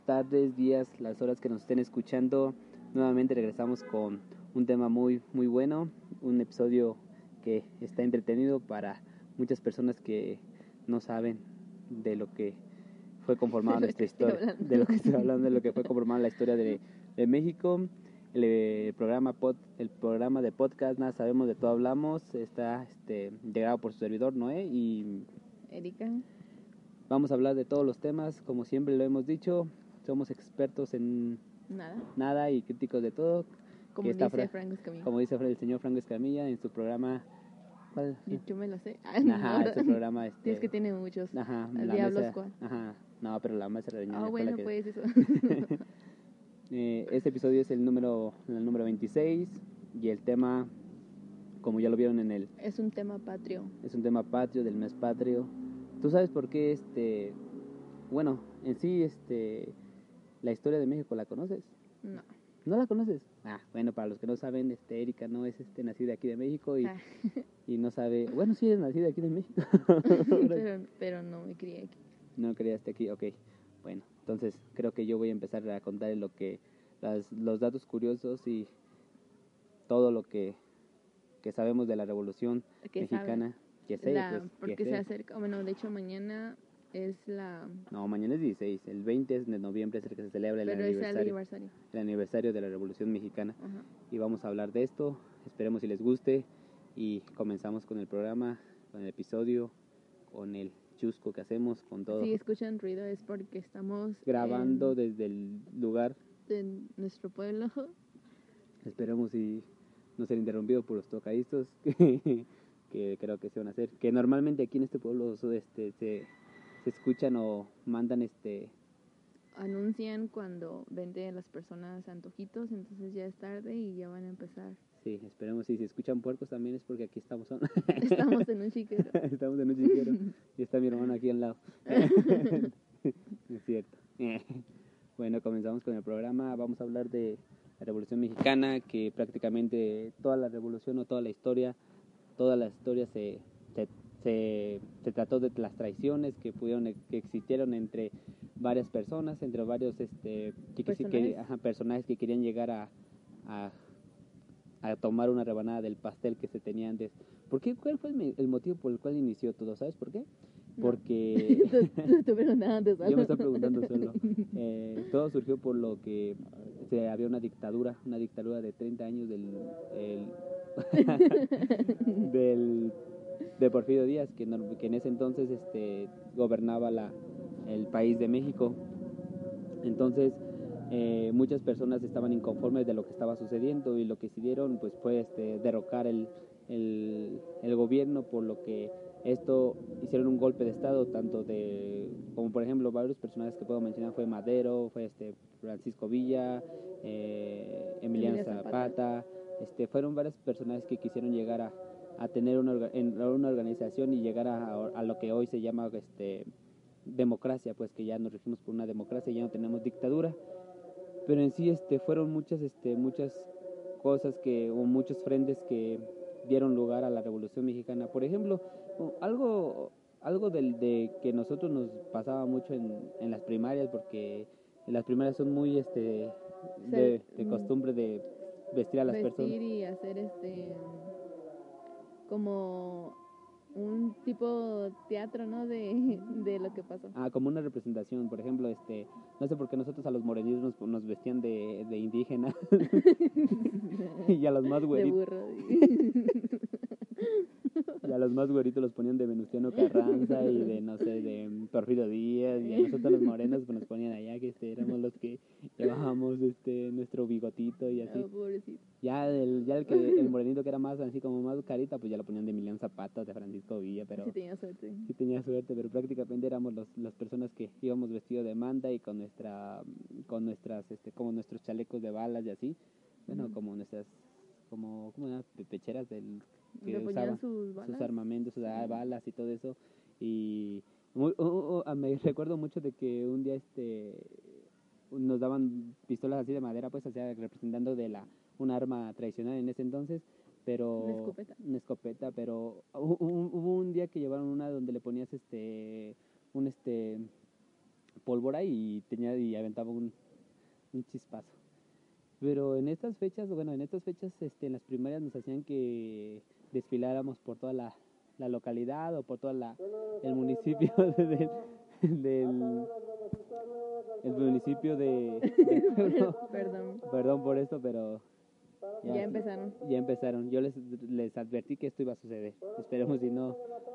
Tardes, días, las horas que nos estén escuchando. Nuevamente regresamos con un tema muy bueno, un episodio que está entretenido para muchas personas que no saben de lo que fue conformada nuestra historia, de lo que estoy hablando, de lo que fue conformada la historia de México. El programa de podcast Nada Sabemos de Todo Hablamos está integrado por su servidor Noé y Erika. Vamos a hablar de todos los temas, como siempre lo hemos dicho. Somos expertos en nada y críticos de todo. Como dice Franco Escamilla. Como dice el señor Franco Escamilla en su programa. ¿Cuál? Yo me lo sé. Ajá, ese programa. Es que tiene muchos. Ajá, el Diablo Squad. Ajá, no, pero la mesa reñoña. Bueno, pues eso. Este episodio es el número 26 y el tema, como ya lo vieron en el... Es un tema patrio. Es un tema patrio, del mes patrio. ¿Tú sabes por qué bueno, en sí, la historia de México la conoces? No. ¿No la conoces? Bueno, para los que no saben, Erika no es nacida aquí de México y no sabe... Bueno, sí es nacida aquí de México. pero no me crié aquí. No criaste aquí, ok. Bueno, entonces creo que yo voy a empezar a contar los datos curiosos y todo lo que sabemos de la Revolución Mexicana. Que sé, porque se acerca, bueno, de hecho mañana es la... No, mañana es 16, el 20 de noviembre es el que se celebra el aniversario de la Revolución Mexicana. Ajá. Y vamos a hablar de esto, esperemos si les guste y comenzamos con el programa, con el episodio, con el chusco que hacemos, con todo. Si escuchan ruido es porque estamos grabando desde el lugar de nuestro pueblo. Esperemos y no ser interrumpido por los tocadistos que creo que se van a hacer, que normalmente aquí en este pueblo se escuchan o mandan anuncian cuando venden las personas antojitos, entonces ya es tarde y ya van a empezar. Sí, esperemos, y si escuchan puercos también es porque aquí estamos estamos en un chiquero. Estamos en un chiquero y está mi hermano aquí al lado. Es cierto. Bueno, comenzamos con el programa. Vamos a hablar de la Revolución Mexicana, que prácticamente toda la revolución o toda la historia se trató de las traiciones que existieron entre varias personas, entre varios personajes que querían llegar a tomar una rebanada del pastel que se tenía antes. ¿Cuál fue el motivo por el cual inició todo? ¿Sabes por qué? No. Porque yo me estoy preguntando solo. Todo surgió por lo que había una dictadura de 30 años de Porfirio Díaz, que en ese entonces gobernaba el país de México. Entonces muchas personas estaban inconformes de lo que estaba sucediendo y lo que decidieron pues fue derrocar el gobierno, por lo que hicieron un golpe de estado, como por ejemplo varios personajes que puedo mencionar. Fue Madero, fue Francisco Villa, Emiliano Zapata. Fueron varios personajes que quisieron llegar a tener una organización y llegar a lo que hoy se llama democracia, pues que ya nos regimos por una democracia y ya no tenemos dictadura. Pero en sí fueron muchas cosas o muchos frentes que dieron lugar a la Revolución Mexicana. Por ejemplo, algo de que nosotros nos pasaba mucho en las primarias, porque en las primarias son muy de costumbre de vestir a las personas. Vestir y hacer como un tipo teatro, ¿no? De lo que pasó. Como una representación, por ejemplo, no sé por qué nosotros a los morenistas nos vestían de indígena y a los más güeritos. De burro. Y a los más güeritos los ponían de Venustiano Carranza y de Porfirio Díaz, y a nosotros los morenos pues nos ponían allá, que éramos los que llevábamos nuestro bigotito y así. Ya el morenito que era más así como más carita, pues ya lo ponían de Emiliano Zapata, de Francisco Villa, pero sí tenía suerte. Sí tenía suerte, pero prácticamente éramos las personas que íbamos vestidos de manta y con nuestras como nuestros chalecos de balas y así. Bueno, como nuestras como unas pecheras que usaban sus armamentos, sus balas y todo eso. Y me recuerdo mucho de que un día nos daban pistolas así de madera, pues, representando una arma tradicional en ese entonces, pero una escopeta, pero hubo un día que llevaron una donde le ponías pólvora y aventaba un chispazo. Pero en estas fechas, en las primarias nos hacían que desfiláramos por toda la localidad o por toda el municipio del el municipio Perdón. Perdón por esto, pero Ya empezaron. Ya empezaron. Yo les advertí que esto iba a suceder. Esperemos y no.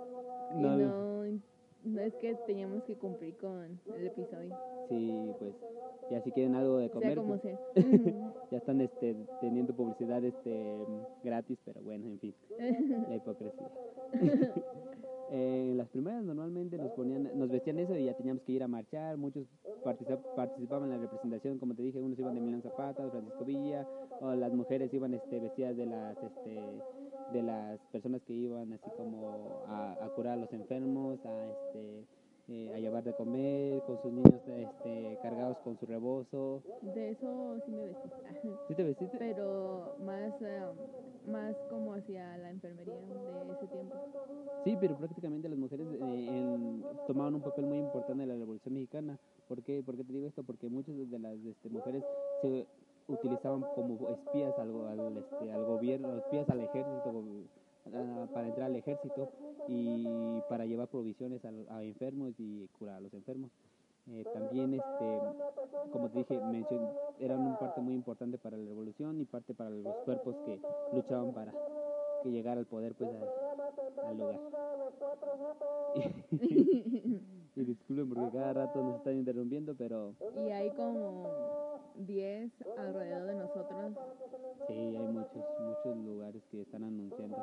No es que teníamos que cumplir con el episodio. Sí, pues ya si quieren algo de comer, sea como pues, sea. ya están teniendo publicidad gratis, pero bueno, en fin, la hipocresía. En las primeras normalmente nos vestían eso y ya teníamos que ir a marchar. Muchos participaban en la representación, como te dije, unos iban de Milán Zapata, Francisco Villa, o las mujeres iban vestidas de las personas que iban así como a curar a los enfermos, a llevar de comer, con sus niños cargados con su rebozo. De eso sí me vestí. ¿Sí te vestiste? Pero más como hacia la enfermería de ese tiempo. Sí, pero prácticamente las mujeres tomaban un papel muy importante en la Revolución Mexicana. ¿Por qué te digo esto? Porque muchas de las mujeres se utilizaban como espías al gobierno, espías al ejército, para entrar al ejército y para llevar provisiones a enfermos y curar a los enfermos. También, como te dije, eran una parte muy importante para la revolución y parte para los cuerpos que luchaban para que llegara al poder, pues, al lugar. Y disculpen porque cada rato nos están interrumpiendo, pero... Y hay como 10 alrededor de nosotros. Sí, hay muchos lugares que están anunciando.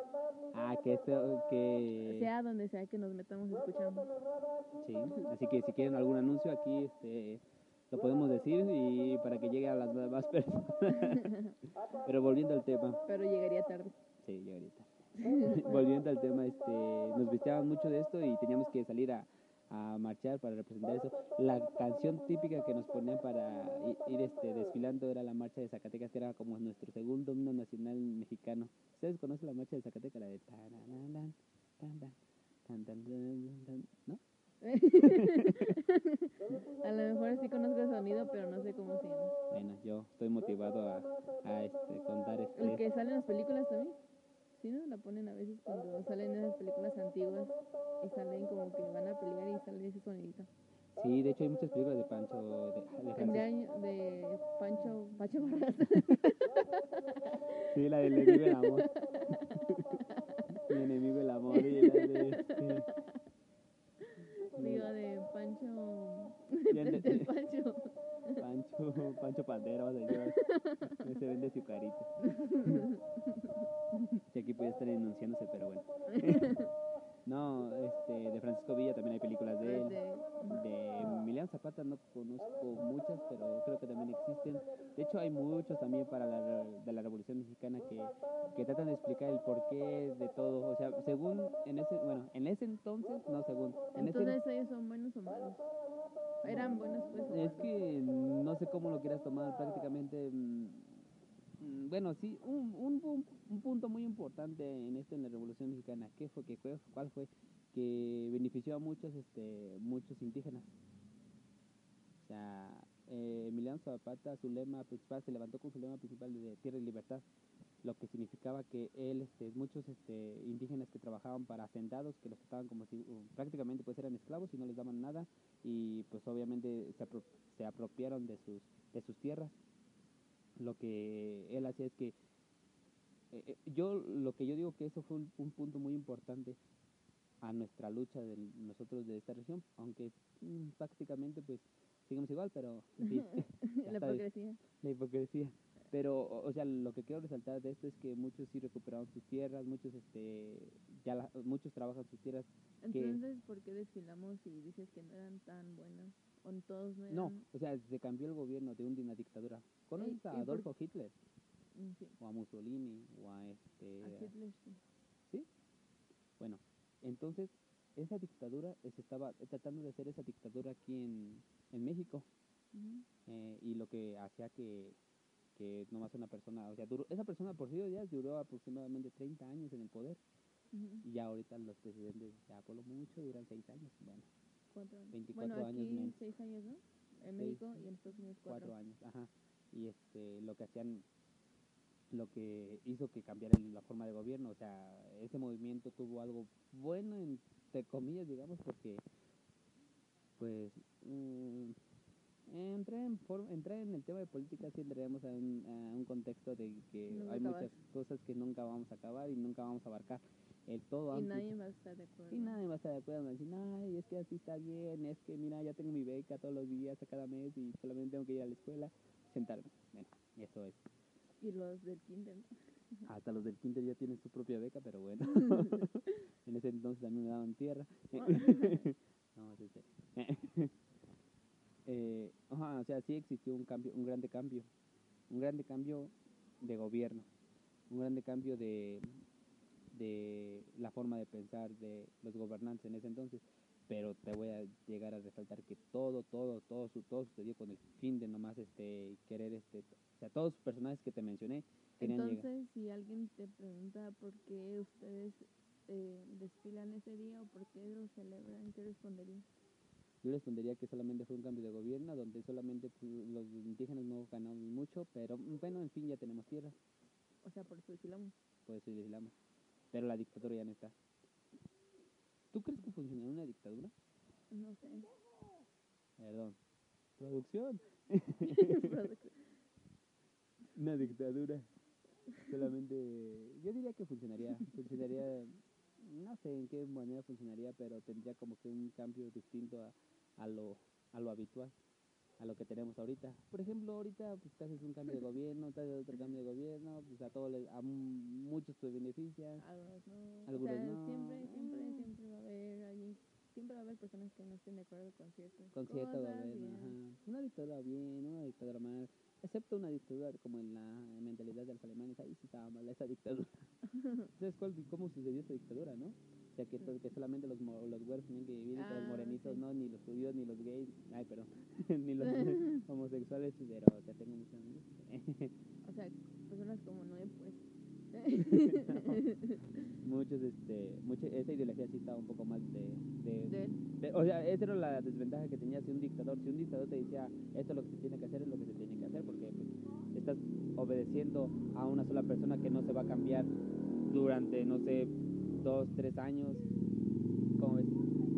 Sea donde sea que nos metamos escuchando. Sí, así que si quieren algún anuncio aquí, lo podemos decir y para que llegue a las demás personas. Pero volviendo al tema. Pero llegaría tarde. Sí, llegaría tarde. Volviendo al tema, nos vestíamos mucho de esto y teníamos que salir a marchar para representar eso. La canción típica que nos ponían para ir desfilando era la marcha de Zacatecas, que era como nuestro segundo himno nacional mexicano. ¿Ustedes conocen la marcha de Zacatecas? La de ¿no? A lo mejor sí conozco el sonido, pero no sé cómo se llama. Bueno, yo estoy motivado a contar El que sale en las películas también. Sí, ¿no? La ponen a veces cuando salen esas películas antiguas y salen como que van a pelear y sale ese sonidito. Sí, de hecho hay muchas películas de Pancho, de Pancho Barras. Sí, la del enemigo el amor. Mi enemigo el amor y la de Digo, de Pancho. Pancho Pantera, vas a decir, se vende su carita. Y aquí puede estar enunciándose, pero bueno. No, de Francisco Villa también hay películas de él. De Emiliano Zapata no conozco muchas, pero creo que también existen. De hecho, hay muchos también de la Revolución Mexicana que tratan de explicar el porqué de todo. O sea, según en ese entonces, no según. Entonces ellos son buenos o malos. Eran buenos, pues. Es que no sé cómo lo quieras tomar, prácticamente. Bueno, sí, un punto muy importante en la Revolución Mexicana, ¿cuál fue? Que benefició a muchos indígenas. O sea, Emiliano Zapata, su lema principal, se levantó con su lema principal de Tierra y Libertad, lo que significaba que él, muchos indígenas que trabajaban para hacendados, que los trataban como si prácticamente pues eran esclavos y no les daban nada, y pues obviamente se apropiaron de sus tierras. Lo que él hacía es que lo que yo digo que eso fue un punto muy importante a nuestra lucha de nosotros de esta región, aunque prácticamente pues seguimos igual, pero en fin, la hipocresía. Pero, o sea, lo que quiero resaltar de esto es que muchos sí recuperaron sus tierras, muchos muchos trabajan sus tierras. Entonces, ¿por qué desfilamos y dices que no eran tan buenos? ¿O todos no eran? No, o sea, se cambió el gobierno de una dictadura. ¿Conoces a Adolfo Hitler? Sí. O a Mussolini, o a A Hitler, sí. ¿Sí? Bueno, entonces esa dictadura se estaba tratando de hacer esa dictadura aquí en México. Y lo que hacía que nomás una persona, o sea, esa persona por 6 días duró aproximadamente 30 años en el poder. Y ya ahorita los presidentes ya por lo mucho duran 6 años. Bueno, 4 años. 24 Bueno, años aquí menos. 6 años, ¿no? En 6, México y en Estados Unidos 4 4. años, ajá. Y lo que hacían, lo que hizo que cambiara la forma de gobierno, o sea, ese movimiento tuvo algo bueno, entre comillas, digamos, porque, pues, entré en el tema de política, sí entraremos a un contexto de que Nunca hay acabas. muchas cosas que nunca vamos a acabar y nunca vamos a abarcar el todo Y amplio. nadie va a estar de acuerdo. Y nadie va a estar de acuerdo, van a decir, ay, es que así está bien, es que mira, ya tengo mi beca todos los días, a cada mes, y solamente tengo que ir a la escuela, sentarme. Bueno, eso es. Y los del kinder, ¿no? Hasta los del kinder ya tienen su propia beca, pero bueno. En ese entonces también me daban tierra. No, sí, sí. O sea, sí existió un cambio, un grande cambio de gobierno, un grande cambio de la forma de pensar de los gobernantes en ese entonces, pero te voy a llegar a resaltar que todo sucedió con el fin de nomás querer o sea, todos los personajes que te mencioné querían Entonces, llegar. si alguien te pregunta por qué ustedes desfilan ese día o por qué lo celebran, ¿qué responderías? Yo respondería que solamente fue un cambio de gobierno donde solamente los indígenas no ganaron mucho, pero bueno, en fin, ya tenemos tierra, O sea, por eso desfilamos. por eso legislamos, pero la dictadura ya no está. ¿Tú crees que funcionará una dictadura? No sé. Perdón. Producción. Una dictadura. Solamente, yo diría que funcionaría, no sé en qué manera funcionaría, pero tendría como que un cambio distinto a lo habitual, a lo que tenemos ahorita. Por ejemplo, ahorita pues te haces un cambio de gobierno, te haces otro cambio de gobierno, pues a muchos te benefician, Algunos no. algunos O sea, no. siempre va a haber allí. Siempre va a haber personas que no estén de acuerdo con ciertas Con cierto cosas. gobierno, ajá. Una dictadura bien, una dictadura mal, excepto una dictadura como en la mentalidad de los alemanes, ahí sí estaba mal esa dictadura. ¿Sabes cómo sucedió esa dictadura, no? O sea, que solamente los güeros tenían que vivir y que los morenitos Sí. no, ni los judíos, ni los gays, ay, perdón, ni los homosexuales, pero o sea, tengo muchos amigos. O sea, personas como Noé, pues. Esa ideología sí estaba un poco mal De él. o sea, esa era la desventaja que tenía si un dictador te decía, esto es lo que se tiene que hacer, es lo que se tiene que hacer, porque pues, estás obedeciendo a una sola persona que no se va a cambiar durante, no sé, 2, 3 años. ¿Cómo ves?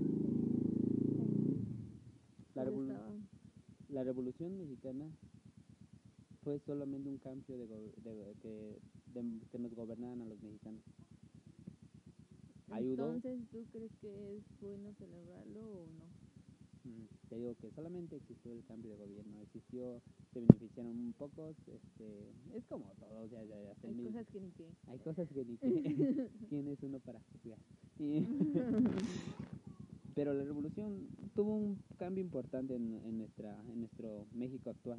La Revolución Mexicana fue solamente un cambio que nos gobernaran a los mexicanos. Ayudó. Entonces, ¿tú crees que es bueno celebrarlo o no? Te digo que solamente existió el cambio de gobierno, se beneficiaron un pocos, es como todo, o sea, Hay cosas que ni que. hay cosas que ni que, ¿quién es uno para juzgar? Pero la revolución tuvo un cambio importante en nuestro México actual.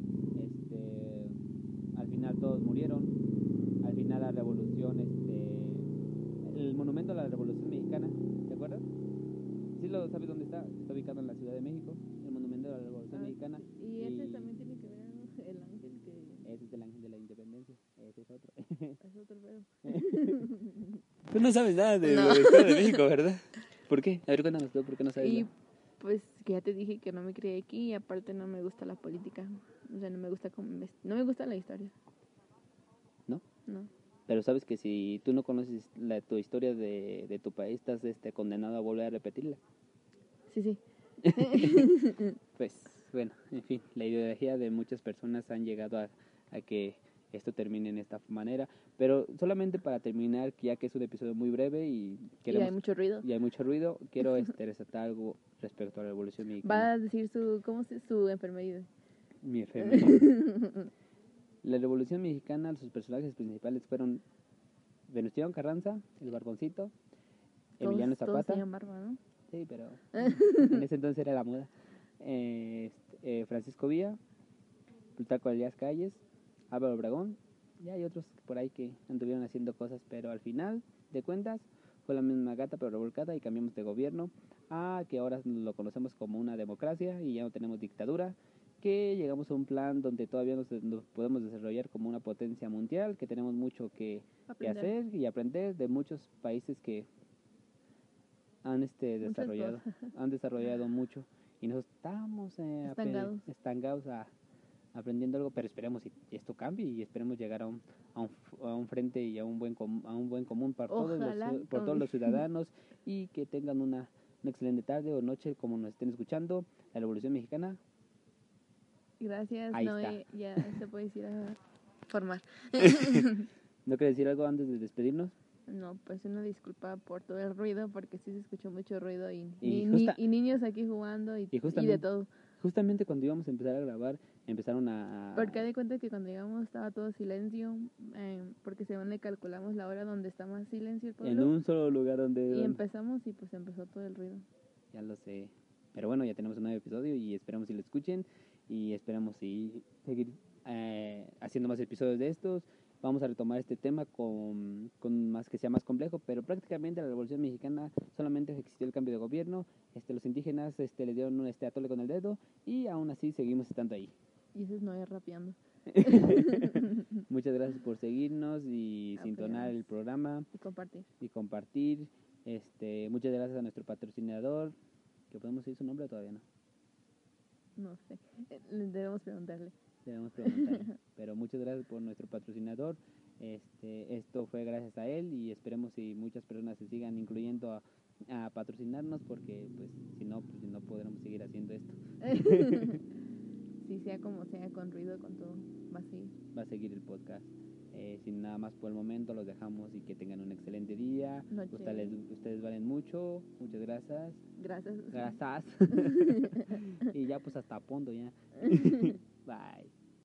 Al final todos murieron, al final la revolución, el monumento a la Revolución Mexicana, ¿te acuerdas? ¿Sí lo sabes dónde está? Está ubicado en la Ciudad de México, el monumento a la Revolución Mexicana. Y ese también tiene que ver, ¿no? El ángel que... Ese es el ángel de la independencia, ese es otro. Es otro pedo. Tú no sabes nada de la historia de México, ¿verdad? ¿Por qué? A ver, cuéntanos tú, ¿por qué no sabes Y nada? pues que ya te dije que no me crié aquí y aparte no me gusta la política. O sea, no me gusta no me gusta la historia. ¿No? No. Pero sabes que si tú no conoces tu historia de tu país, estás condenado a volver a repetirla. Sí. Pues, bueno, en fin, la ideología de muchas personas han llegado a que esto termine en esta manera. Pero solamente para terminar, ya que es un episodio muy breve y hay mucho ruido. Quiero resaltar algo respecto a la Revolución Mexicana. Va a decir su enfermedad. Mi enfermedad. La Revolución Mexicana, sus personajes principales fueron Venustiano Carranza, el Barboncito, Emiliano Zapata. Todos tenían barba, ¿no? Sí, pero en ese entonces era la moda. Francisco Villa, Plutarco Elías Calles, Álvaro Obregón, y hay otros por ahí que anduvieron haciendo cosas, pero al final de cuentas fue la misma gata pero revolcada y cambiamos de gobierno a que ahora lo conocemos como una democracia y ya no tenemos dictadura, que llegamos a un plan donde todavía nos podemos desarrollar como una potencia mundial, que tenemos mucho que hacer y aprender de muchos países que han Muchas desarrollado, han desarrollado mucho y nosotros estamos estancados aprendiendo algo, pero esperemos y esto cambie y esperemos llegar a un frente y a un buen común para Ojalá por todos cambie. los ciudadanos y que tengan una excelente tarde o noche como nos estén escuchando. La Revolución Mexicana. Gracias, Ahí Noé. Ya se puede ir a formar. ¿No quieres decir algo antes de despedirnos? No, pues una disculpa por todo el ruido, porque sí se escuchó mucho ruido y niños aquí jugando y de todo. Justamente cuando íbamos a empezar a grabar, empezaron Porque de cuenta que cuando llegamos estaba todo silencio, porque según le calculamos la hora donde está más silencio el pueblo. En un solo lugar y empezamos y pues empezó todo el ruido. Ya lo sé. Pero bueno, ya tenemos un nuevo episodio y esperamos si lo escuchen y esperamos seguir haciendo más episodios de estos. Vamos a retomar este tema con más que sea más complejo, pero prácticamente la Revolución Mexicana solamente existió el cambio de gobierno, los indígenas le dieron un atole con el dedo y aún así seguimos estando ahí. Y eso es Noé rapeando. Muchas gracias por seguirnos y sintonar el programa y compartir. Muchas gracias a nuestro patrocinador, que podemos decir su nombre o todavía no. No sé, debemos preguntarle. Pero muchas gracias por nuestro patrocinador. Esto fue gracias a él y esperemos si muchas personas se sigan incluyendo a patrocinarnos, porque pues si no podremos seguir haciendo esto. Si sea como sea, con ruido, con todo, va a seguir el podcast. Sin nada más por el momento, los dejamos y que tengan un excelente día. Ustedes valen mucho. Muchas gracias. Gracias. Y ya pues hasta pronto ya. Bye.